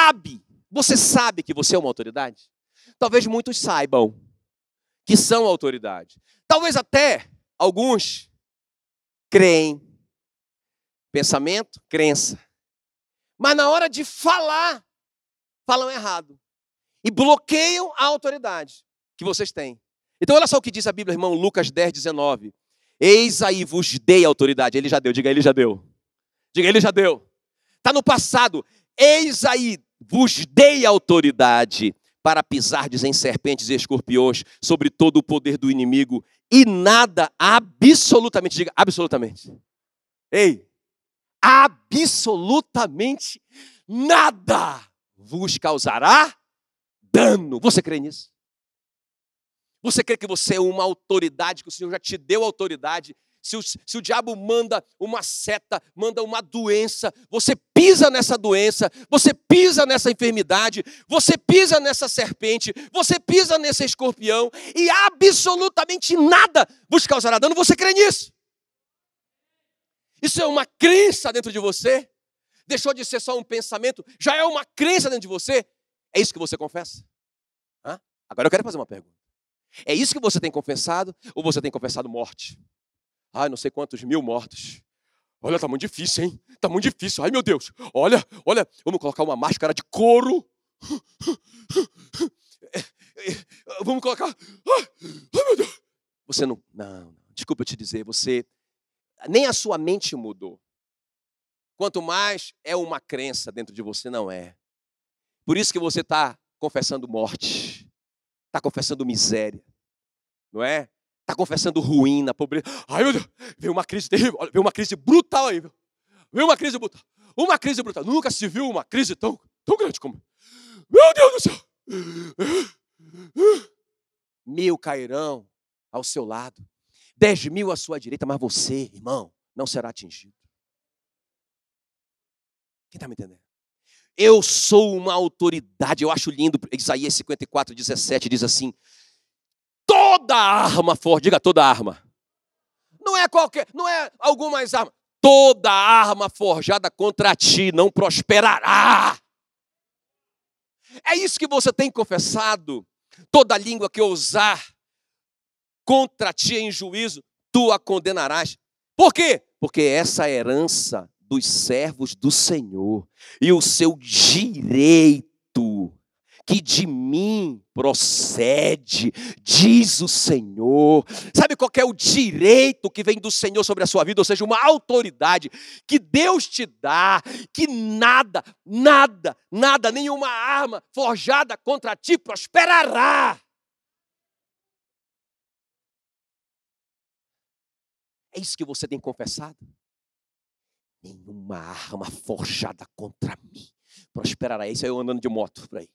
sabe que você é uma autoridade? Talvez muitos saibam que são autoridade. Talvez até alguns creem. Pensamento, crença. Mas na hora de falam errado. E bloqueiam a autoridade que vocês têm. Então olha só o que diz a Bíblia, irmão, Lucas 10, 19. Eis aí vos dei autoridade. Ele já deu, diga ele já deu. Diga ele já deu. Está no passado. Eis aí vos dei autoridade para pisardes em serpentes e escorpiões, sobre todo o poder do inimigo, e nada, absolutamente, diga absolutamente. Ei, absolutamente nada vos causará dano. Você crê nisso? Você crê que você é uma autoridade, que o Senhor já te deu autoridade? Se o diabo manda uma seta, manda uma doença, você pisa nessa doença, você pisa nessa enfermidade, você pisa nessa serpente, você pisa nesse escorpião, e absolutamente nada vos causará dano. Você crê nisso? Isso é uma crença dentro de você? Deixou de ser só um pensamento? Já é uma crença dentro de você? É isso que você confessa? Hã? Agora eu quero fazer uma pergunta. É isso que você tem confessado ou você tem confessado morte? Ai, não sei quantos mil mortos. Olha, tá muito difícil, hein? Tá muito difícil. Ai, meu Deus. Olha, vamos colocar uma máscara de couro. Vamos colocar... Ai, meu Deus. Você não... Não, desculpa eu te dizer, você... Nem a sua mente mudou. Quanto mais é uma crença dentro de você, não é. Por isso que você está confessando morte. Está confessando miséria. Não é? Está confessando ruína, pobreza. Ai, meu Deus, veio uma crise terrível, veio uma crise brutal aí. Veio uma crise brutal. Uma crise brutal. Nunca se viu uma crise tão grande como... Meu Deus do céu. 1000 cairão ao seu lado. 10.000 à sua direita, mas você, irmão, não será atingido. Quem está me entendendo? Eu sou uma autoridade. Eu acho lindo, Isaías 54, 17, diz assim: toda arma forte, diga toda arma. Não é qualquer, não é algumas armas. Toda arma forjada contra ti não prosperará. É isso que você tem confessado. Toda língua que ousar contra ti em juízo, tu a condenarás. Por quê? Porque essa é a herança dos servos do Senhor e o seu direito que de mim procede, diz o Senhor. Sabe qual é o direito que vem do Senhor sobre a sua vida? Ou seja, uma autoridade que Deus te dá, que nada, nenhuma arma forjada contra ti prosperará. É isso que você tem confessado? Nenhuma arma forjada contra mim prosperará. Isso aí eu andando de moto por aí.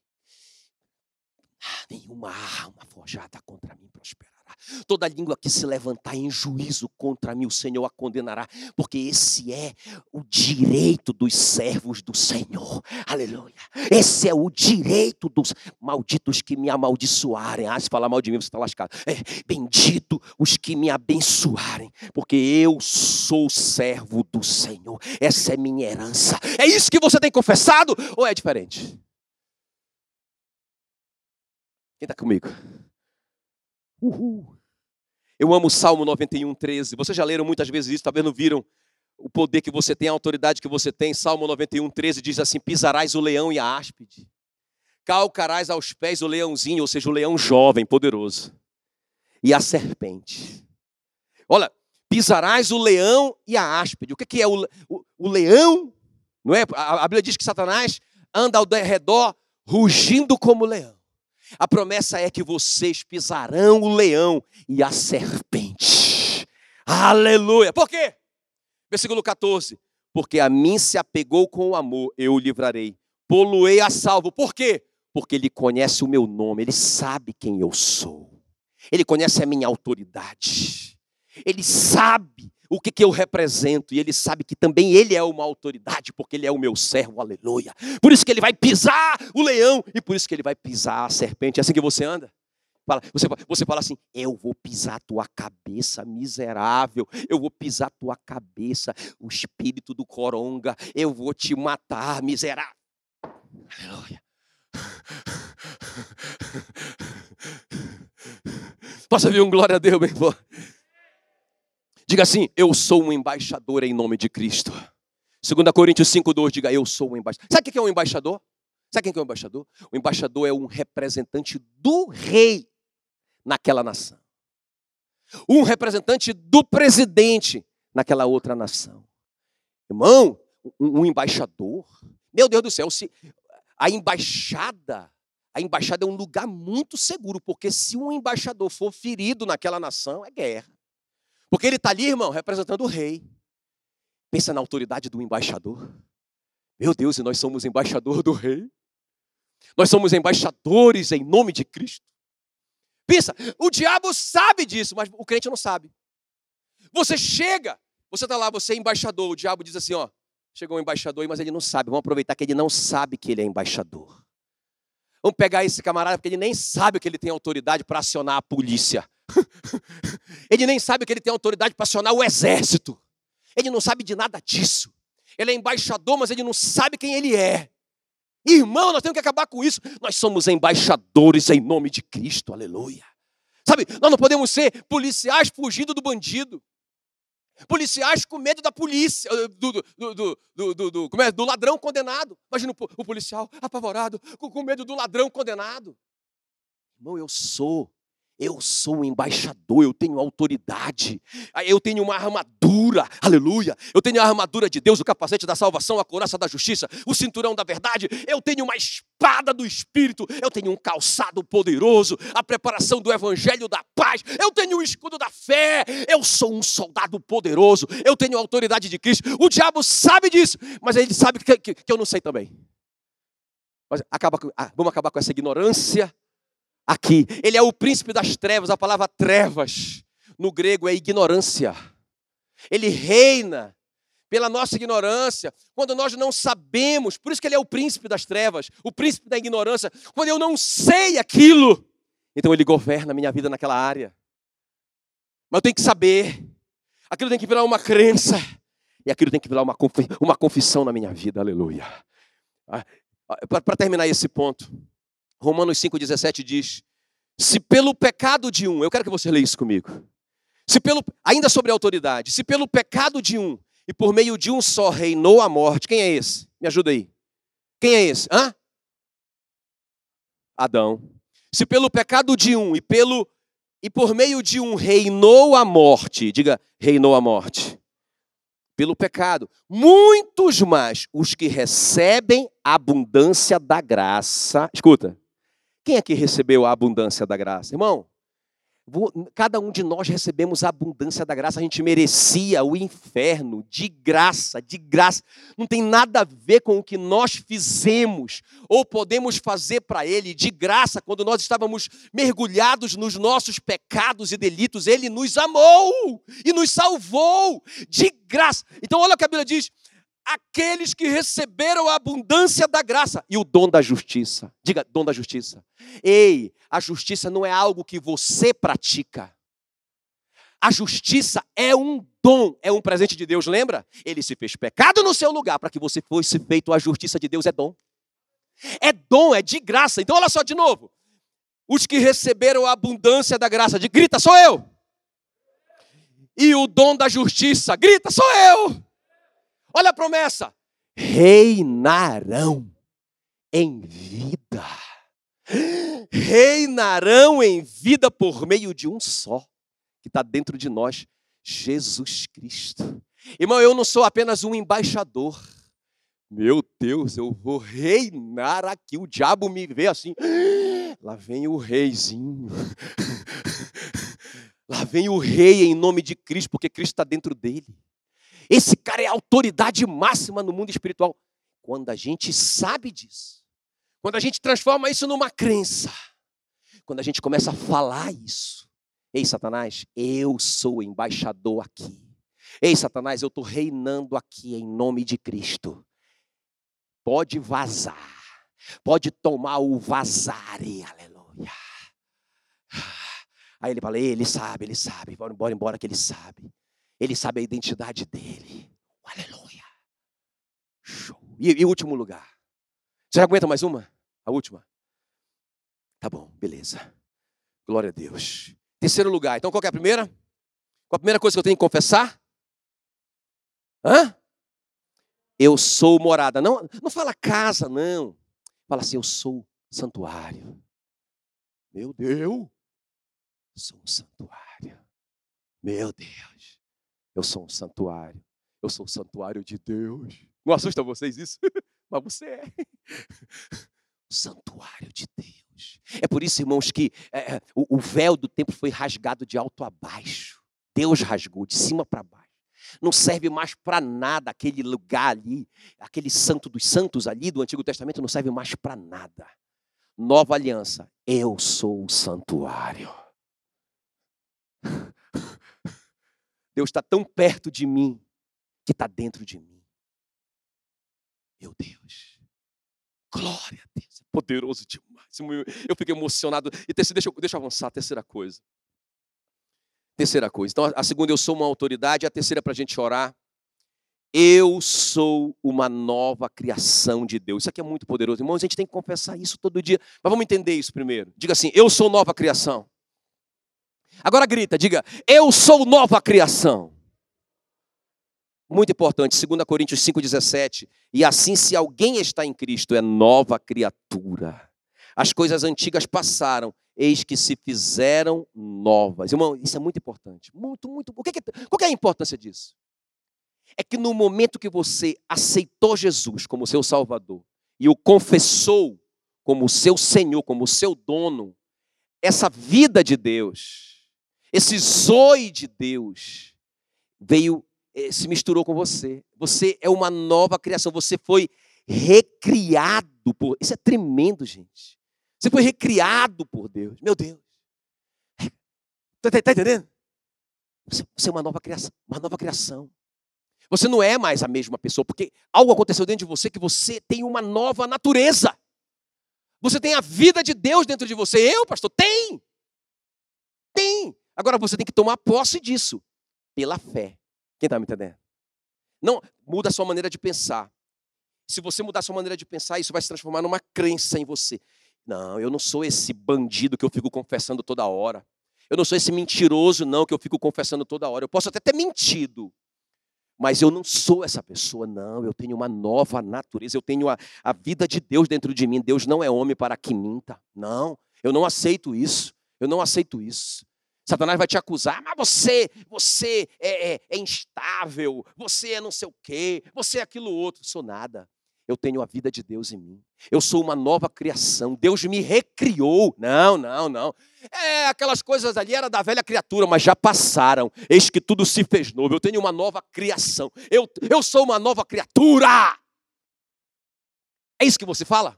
Nenhuma arma forjada contra mim prosperará. Toda língua que se levantar em juízo contra mim, o Senhor a condenará. Porque esse é o direito dos servos do Senhor. Aleluia. Esse é o direito dos malditos que me amaldiçoarem. Se falar mal de mim, você está lascado. Bendito os que me abençoarem. Porque eu sou servo do Senhor. Essa é minha herança. É isso que você tem confessado? Ou é diferente? Quem está comigo? Uhul. Eu amo o Salmo 91, 13. Vocês já leram muitas vezes isso, talvez não viram o poder que você tem, a autoridade que você tem. Salmo 91, 13 diz assim: pisarás o leão e a áspide, calcarás aos pés o leãozinho, ou seja, o leão jovem, poderoso, e a serpente. Olha, pisarás o leão e a áspide. O que é o leão? Não é? A Bíblia diz que Satanás anda ao redor rugindo como leão. A promessa é que vocês pisarão o leão e a serpente. Aleluia! Por quê? Versículo 14. Porque a mim se apegou com o amor, eu o livrarei. Pô-lo-ei a salvo. Por quê? Porque ele conhece o meu nome, ele sabe quem eu sou. Ele conhece a minha autoridade. Ele sabe o que eu represento, e ele sabe que também ele é uma autoridade, porque ele é o meu servo, aleluia. Por isso que ele vai pisar o leão, e por isso que ele vai pisar a serpente. É assim que você anda? Você fala assim: eu vou pisar tua cabeça, miserável, eu vou pisar tua cabeça, o espírito do coronga, eu vou te matar, miserável. Aleluia. Posso ouvir um glória a Deus, bem forte? Diga assim: eu sou um embaixador em nome de Cristo. 2 Coríntios 5:2, diga: eu sou um embaixador. Sabe o que é um embaixador? Sabe quem é um embaixador? O embaixador é um representante do rei naquela nação. Um representante do presidente naquela outra nação. Irmão, um embaixador. Meu Deus do céu, a embaixada é um lugar muito seguro, porque se um embaixador for ferido naquela nação, é guerra. Porque ele está ali, irmão, representando o rei. Pensa na autoridade do embaixador. Meu Deus, e nós somos embaixador do rei. Nós somos embaixadores em nome de Cristo. Pensa, o diabo sabe disso, mas o crente não sabe. Você chega, você está lá, você é embaixador, o diabo diz assim, ó, chegou um embaixador aí, mas ele não sabe. Vamos aproveitar que ele não sabe que ele é embaixador. Vamos pegar esse camarada, porque ele nem sabe que ele tem autoridade para acionar a polícia. Ele nem sabe que ele tem autoridade para acionar o exército. Ele não sabe de nada disso. Ele é embaixador, mas ele não sabe quem ele é. Irmão, nós temos que acabar com isso. Nós somos embaixadores em nome de Cristo, aleluia. Sabe, nós não podemos ser policiais fugindo do bandido. Policiais com medo da polícia, do ladrão condenado. Imagina o policial apavorado, com medo do ladrão condenado. Irmão, eu sou um embaixador, eu tenho autoridade, eu tenho uma armadura, aleluia, eu tenho a armadura de Deus, o capacete da salvação, a couraça da justiça, o cinturão da verdade, eu tenho uma espada do Espírito, eu tenho um calçado poderoso, a preparação do evangelho da paz, eu tenho o escudo da fé, eu sou um soldado poderoso, eu tenho a autoridade de Cristo. O diabo sabe disso, mas ele sabe que eu não sei também. Mas vamos acabar com essa ignorância. Aqui, ele é o príncipe das trevas, a palavra trevas, no grego é ignorância. Ele reina pela nossa ignorância, quando nós não sabemos, por isso que ele é o príncipe das trevas, o príncipe da ignorância, quando eu não sei aquilo, então ele governa a minha vida naquela área. Mas eu tenho que saber, aquilo tem que virar uma crença, e aquilo tem que virar uma confissão na minha vida, aleluia. Para terminar esse ponto, Romanos 5,17 diz, se pelo pecado de um, eu quero que você leia isso comigo, ainda sobre a autoridade, se pelo pecado de um, e por meio de um só reinou a morte, quem é esse? Me ajuda aí. Quem é esse? Adão. Se pelo pecado de um, e por meio de um reinou a morte, diga, reinou a morte. Pelo pecado, muitos mais os que recebem a abundância da graça, escuta, quem aqui recebeu a abundância da graça? Irmão, cada um de nós recebemos a abundância da graça. A gente merecia o inferno de graça, de graça. Não tem nada a ver com o que nós fizemos ou podemos fazer para Ele de graça. Quando nós estávamos mergulhados nos nossos pecados e delitos, Ele nos amou e nos salvou de graça. Então olha o que a Bíblia diz. Aqueles que receberam a abundância da graça e o dom da justiça. Diga, dom da justiça. Ei, a justiça não é algo que você pratica. A justiça é um dom, é um presente de Deus, lembra? Ele se fez pecado no seu lugar para que você fosse feito a justiça de Deus, é dom. É dom, é de graça. Então olha só de novo. Os que receberam a abundância da graça, grita, sou eu. E o dom da justiça, grita, sou eu. Olha a promessa, reinarão em vida. Reinarão em vida por meio de um só, que está dentro de nós, Jesus Cristo. Irmão, eu não sou apenas um embaixador. Meu Deus, eu vou reinar aqui. O diabo me vê assim, lá vem o reizinho. Lá vem o rei em nome de Cristo, porque Cristo está dentro dele. Esse cara é a autoridade máxima no mundo espiritual. Quando a gente sabe disso, quando a gente transforma isso numa crença, quando a gente começa a falar isso, ei Satanás, eu sou embaixador aqui. Ei Satanás, eu estou reinando aqui em nome de Cristo. Pode vazar, pode tomar o vazare, aleluia. Aí ele fala, ele sabe, bora embora que ele sabe. Ele sabe a identidade dele. Aleluia. Show. E o último lugar? Você já aguenta mais uma? A última? Tá bom, beleza. Glória a Deus. Terceiro lugar. Então qual que é a primeira? Qual a primeira coisa que eu tenho que confessar? Eu sou morada. Não fala casa, não. Fala assim, eu sou santuário. Meu Deus. sou um santuário. Meu Deus, eu sou um santuário. Eu sou o santuário de Deus. Não assusta vocês isso? Mas você é. O santuário de Deus. É por isso, irmãos, que o véu do templo foi rasgado de alto a baixo. Deus rasgou de cima para baixo. Não serve mais para nada aquele lugar ali, aquele santo dos santos ali do Antigo Testamento não serve mais para nada. Nova aliança, eu sou o santuário. Deus está tão perto de mim que está dentro de mim. Meu Deus, glória a Deus, é poderoso demais. Eu fico emocionado. E deixa eu avançar, a terceira coisa. Então, a segunda, eu sou uma autoridade. A terceira, para a gente orar, eu sou uma nova criação de Deus. Isso aqui é muito poderoso. Irmãos, a gente tem que confessar isso todo dia. Mas vamos entender isso primeiro. Diga assim, eu sou nova criação. Agora grita, diga, eu sou nova criação. Muito importante, 2 Coríntios 5,17. E assim, se alguém está em Cristo, é nova criatura. As coisas antigas passaram, eis que se fizeram novas. Irmão, isso é muito importante. Muito, muito. Qual que é a importância disso? É que no momento que você aceitou Jesus como seu Salvador e o confessou como seu Senhor, como seu dono, essa vida de Deus, esse zoe de Deus, se misturou com você. Você é uma nova criação. Você foi recriado por... Isso é tremendo, gente. Você foi recriado por Deus. Meu Deus. Está entendendo? Você é uma nova criação. Você não é mais a mesma pessoa, porque algo aconteceu dentro de você que você tem uma nova natureza. Você tem a vida de Deus dentro de você. Eu, pastor, tem. Agora você tem que tomar posse disso pela fé. Quem está me entendendo? Não, muda a sua maneira de pensar. Se você mudar a sua maneira de pensar, isso vai se transformar numa crença em você. Não, eu não sou esse bandido que eu fico confessando toda hora. Eu não sou esse mentiroso, não, que eu fico confessando toda hora. Eu posso até ter mentido, mas eu não sou essa pessoa, não. Eu tenho uma nova natureza, eu tenho a vida de Deus dentro de mim. Deus não é homem para que minta. Não, eu não aceito isso. Satanás vai te acusar, mas você é instável, você é não sei o quê, você é aquilo outro. Sou nada. Eu tenho a vida de Deus em mim. Eu sou uma nova criação. Deus me recriou. Não. Aquelas coisas ali eram da velha criatura, mas já passaram. Eis que tudo se fez novo. Eu tenho uma nova criação. Eu sou uma nova criatura. É isso que você fala?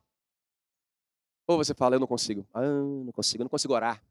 Ou você fala, eu não consigo. Eu não consigo orar.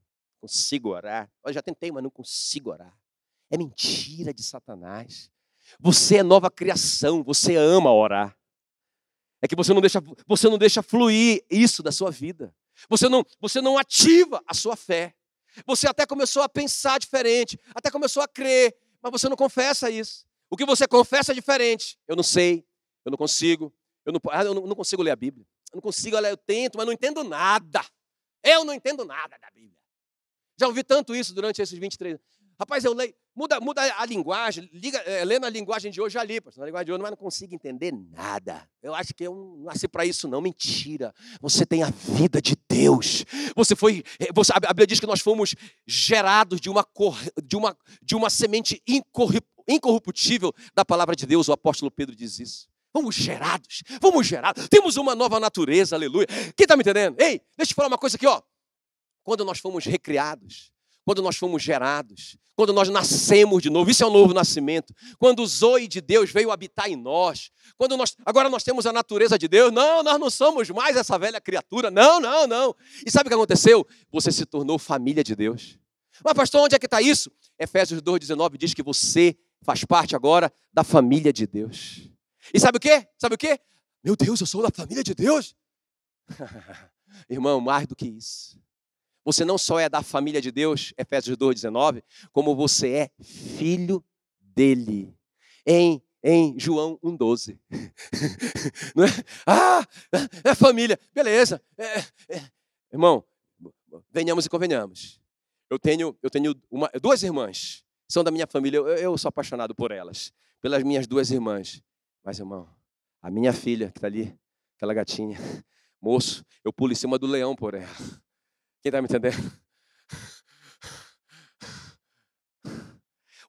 Eu já tentei, mas não consigo orar. É mentira de Satanás. Você é nova criação. Você ama orar. É que você não deixa fluir isso da sua vida. Você não ativa a sua fé. Você até começou a pensar diferente, até começou a crer, mas você não confessa isso. O que você confessa é diferente. Eu não sei, eu não consigo, eu não consigo ler a Bíblia. Eu não consigo ler, eu tento, mas não entendo nada. Eu não entendo nada da Bíblia. Já ouvi tanto isso durante esses 23 anos. Rapaz, eu leio, muda a linguagem, lê na linguagem de hoje, já li, pastor, na linguagem de hoje, mas não consigo entender nada. Eu acho que eu não nasci para isso, não. Mentira. Você tem a vida de Deus. A Bíblia diz que nós fomos gerados de uma semente incorruptível da palavra de Deus. O apóstolo Pedro diz isso. Fomos gerados. Temos uma nova natureza, aleluia. Quem está me entendendo? Ei, deixa eu falar uma coisa aqui, ó. Quando nós fomos recriados, quando nós fomos gerados, quando nós nascemos de novo, isso é um novo nascimento. Quando o zoe de Deus veio habitar em nós, agora nós temos a natureza de Deus. Não, nós não somos mais essa velha criatura. Não. E sabe o que aconteceu? Você se tornou família de Deus. Mas pastor, onde é que está isso? Efésios 2,19 diz que você faz parte agora da família de Deus. E sabe o quê? Meu Deus, eu sou da família de Deus. Irmão, mais do que isso. Você não só é da família de Deus, Efésios 2,19, como você é filho dele. Em João 1,12. Não é? É família. Beleza. Irmão, venhamos e convenhamos. Eu tenho duas irmãs. São da minha família. Eu sou apaixonado por elas. Pelas minhas duas irmãs. Mas, irmão, a minha filha que está ali, aquela gatinha, moço, eu pulo em cima do leão por ela. Quem está me entendendo?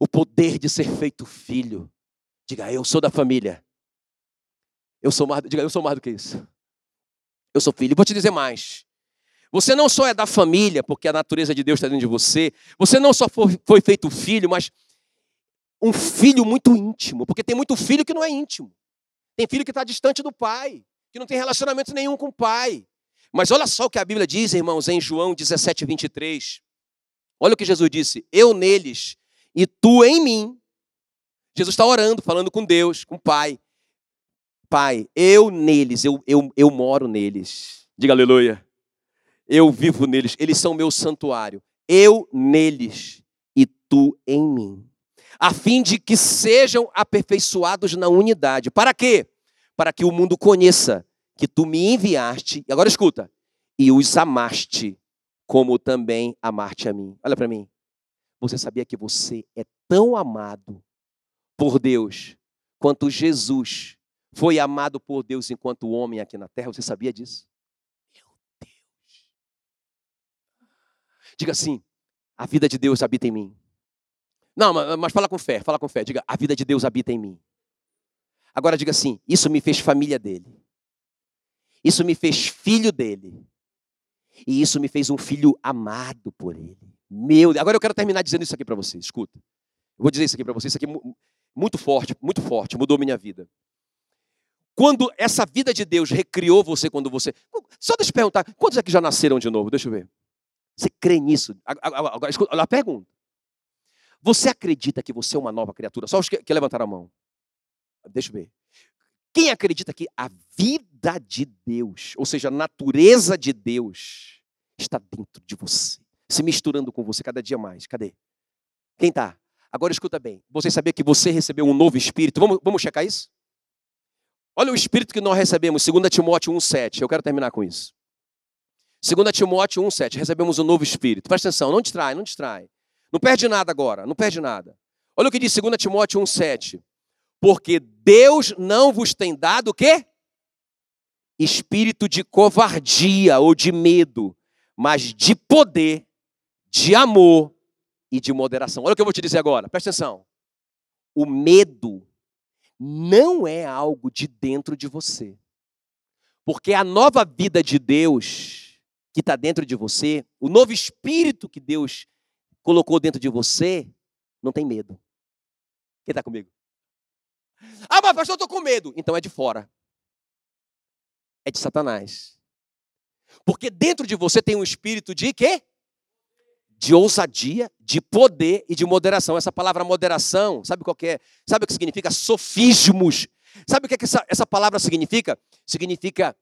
o poder de ser feito filho. Diga, eu sou da família. Diga, eu sou mais do que isso. Eu sou filho. E vou te dizer mais. Você não só é da família, porque a natureza de Deus está dentro de você. Você não só foi feito filho, mas um filho muito íntimo. Porque tem muito filho que não é íntimo. Tem filho que está distante do pai, que não tem relacionamento nenhum com o pai. Mas olha só o que a Bíblia diz, irmãos, em João 17, 23. Olha o que Jesus disse. Eu neles e tu em mim. Jesus está orando, falando com Deus, com o Pai. Pai, eu neles, eu moro neles. Diga aleluia. Eu vivo neles, eles são meu santuário. Eu neles e tu em mim. A fim de que sejam aperfeiçoados na unidade. Para quê? Para que o mundo conheça que tu me enviaste, e agora escuta, e os amaste, como também amaste a mim. Olha para mim. Você sabia que você é tão amado por Deus quanto Jesus foi amado por Deus enquanto homem aqui na terra? Você sabia disso? Meu Deus. Diga assim, a vida de Deus habita em mim. Não, mas fala com fé, fala com fé. Diga, a vida de Deus habita em mim. Agora diga assim, isso me fez família dele. Isso me fez filho dele. E isso me fez um filho amado por ele. Meu Deus. Agora eu quero terminar dizendo isso aqui para você. Escuta. Eu vou dizer isso aqui para você. Isso aqui é muito forte, mudou minha vida. Quando essa vida de Deus recriou você, quando você... Só deixa eu perguntar, quantos aqui já nasceram de novo? Deixa eu ver. Você crê nisso? Agora escuta, olha a pergunta. Você acredita que você é uma nova criatura? Só os que levantaram a mão. Deixa eu ver. Quem acredita que a vida de Deus, ou seja, a natureza de Deus, está dentro de você, se misturando com você cada dia mais? Cadê? Quem está? Agora escuta bem. Você sabia que você recebeu um novo espírito? Vamos checar isso? Olha o espírito que nós recebemos, 2 Timóteo 1,7. Eu quero terminar com isso. 2 Timóteo 1,7. Recebemos um novo espírito. Presta atenção, não distrai, não distrai. Não perde nada agora, não perde nada. Olha o que diz 2 Timóteo 1,7. Porque Deus não vos tem dado o quê? Espírito de covardia ou de medo, mas de poder, de amor e de moderação. Olha o que eu vou te dizer agora, presta atenção. O medo não é algo de dentro de você. Porque a nova vida de Deus que está dentro de você, o novo espírito que Deus colocou dentro de você, não tem medo. Quem está comigo? Ah, mas pastor, eu estou com medo. Então é de fora. É de Satanás. Porque dentro de você tem um espírito de quê? De ousadia, de poder e de moderação. Essa palavra moderação, sabe qual que é? Sabe o que significa? Sofismos. Sabe o que, é que essa palavra significa? Significa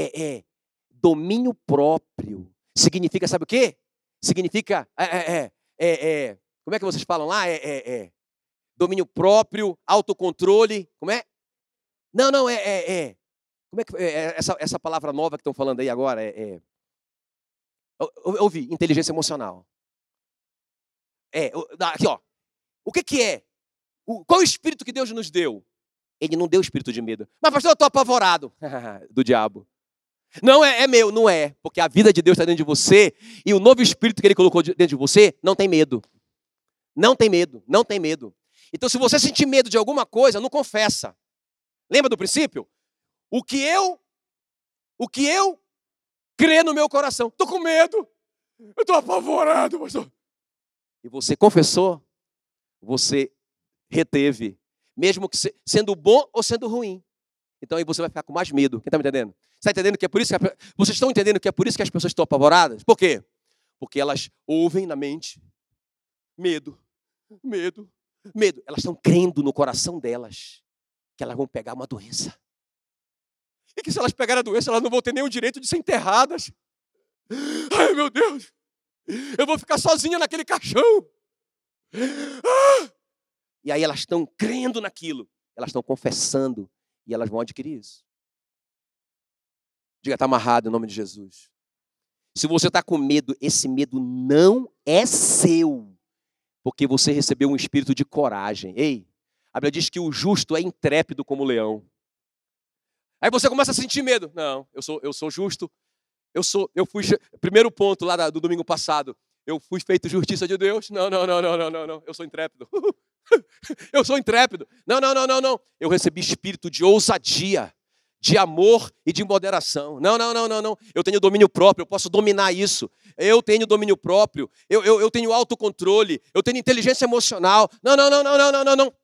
domínio próprio. Significa, sabe o quê? Significa, como é que vocês falam lá? Domínio próprio, autocontrole, como é? Não, como é que essa palavra nova que estão falando aí agora? Eu ouvi, inteligência emocional. Aqui ó, o que é? Qual é o espírito que Deus nos deu? Ele não deu espírito de medo. Mas pastor, eu estou apavorado do diabo. Não é meu, não é, porque a vida de Deus está dentro de você e o novo espírito que Ele colocou dentro de você não tem medo. Não tem medo, não tem medo. Então, se você sentir medo de alguma coisa, não confessa. Lembra do princípio? O que eu crer no meu coração. Estou com medo. Eu estou apavorado, pastor. E você confessou, você reteve, mesmo que sendo bom ou sendo ruim. Então aí você vai ficar com mais medo. Quem está me entendendo? Você está entendendo que é por isso que vocês estão entendendo que é por isso que as pessoas estão apavoradas? Por quê? Porque elas ouvem na mente medo, medo, medo. Elas estão crendo no coração delas que elas vão pegar uma doença. E que se elas pegarem a doença, elas não vão ter nenhum direito de ser enterradas. Ai, meu Deus. Eu vou ficar sozinha naquele caixão. E aí elas estão crendo naquilo. Elas estão confessando. E elas vão adquirir isso. Diga, está amarrado em nome de Jesus. Se você está com medo, esse medo não é seu. Porque você recebeu um espírito de coragem. Ei, a Bíblia diz que o justo é intrépido como o leão. Aí você começa a sentir medo. Não, eu sou justo. Eu fui, primeiro ponto lá do domingo passado. Eu fui feito justiça de Deus. Não. Eu sou intrépido. Eu sou intrépido. Não, não, não, não, não. Eu recebi espírito de ousadia, de amor e de moderação. Não, não, não, não, não. Eu tenho domínio próprio, eu posso dominar isso. Eu tenho domínio próprio, eu tenho autocontrole, eu tenho inteligência emocional. Não, não, não, não, não, não, não, não.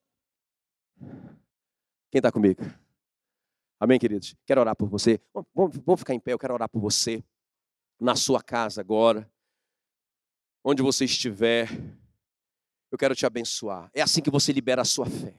Quem está comigo? Amém, queridos? Quero orar por você. Vamos ficar em pé, eu quero orar por você. Na sua casa agora. Onde você estiver. Eu quero te abençoar. É assim que você libera a sua fé.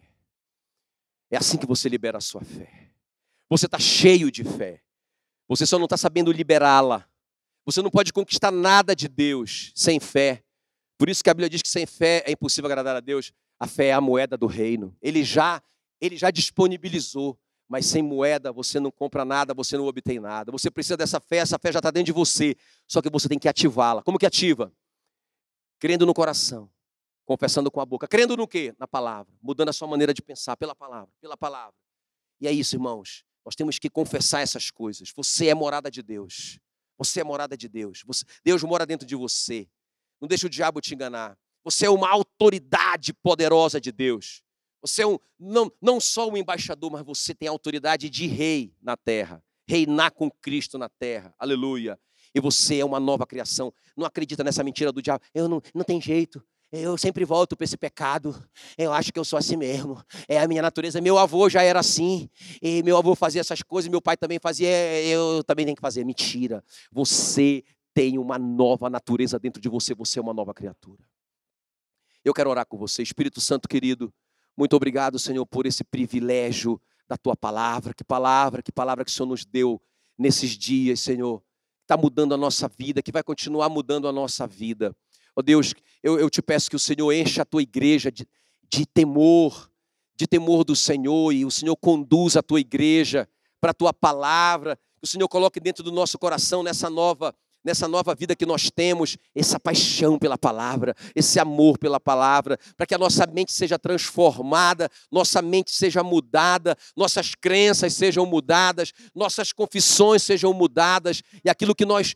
É assim que você libera a sua fé. Você está cheio de fé. Você só não está sabendo liberá-la. Você não pode conquistar nada de Deus sem fé. Por isso que a Bíblia diz que sem fé é impossível agradar a Deus. A fé é a moeda do reino. Ele já disponibilizou. Mas sem moeda você não compra nada, você não obtém nada. Você precisa dessa fé, essa fé já está dentro de você. Só que você tem que ativá-la. Como que ativa? Crendo no coração, confessando com a boca. Crendo no quê? Na palavra. Mudando a sua maneira de pensar pela palavra, pela palavra. E é isso, irmãos. Nós temos que confessar essas coisas. Você é morada de Deus. Você é morada de Deus. Deus mora dentro de você. Não deixa o diabo te enganar. Você é uma autoridade poderosa de Deus. Você é não só um embaixador, mas você tem a autoridade de rei na terra. Reinar com Cristo na terra. Aleluia. E você é uma nova criação. Não acredita nessa mentira do diabo. Eu não tem jeito. Eu sempre volto para esse pecado. Eu acho que eu sou assim mesmo. É a minha natureza. Meu avô já era assim. E meu avô fazia essas coisas. Meu pai também fazia. Eu também tenho que fazer. Mentira. Você tem uma nova natureza dentro de você. Você é uma nova criatura. Eu quero orar com você. Espírito Santo querido. Muito obrigado, Senhor, por esse privilégio da Tua palavra. Que palavra que o Senhor nos deu nesses dias, Senhor. Está mudando a nossa vida, que vai continuar mudando a nossa vida. Ó Deus, eu te peço que o Senhor encha a Tua igreja de temor do Senhor, e o Senhor conduza a Tua igreja para a Tua palavra, que o Senhor coloque dentro do nosso coração, nessa nova vida que nós temos, essa paixão pela palavra, esse amor pela palavra, para que a nossa mente seja transformada, nossa mente seja mudada, nossas crenças sejam mudadas, nossas confissões sejam mudadas, e aquilo que nós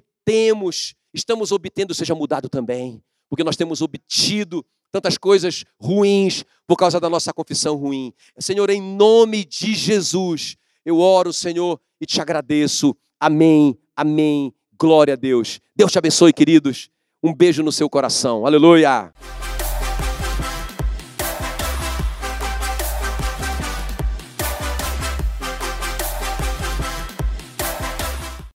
estamos obtendo seja mudado também, porque nós temos obtido tantas coisas ruins por causa da nossa confissão ruim. Senhor, em nome de Jesus, eu oro, Senhor, e te agradeço. Amém, amém. Glória a Deus. Deus te abençoe, queridos. Um beijo no seu coração. Aleluia.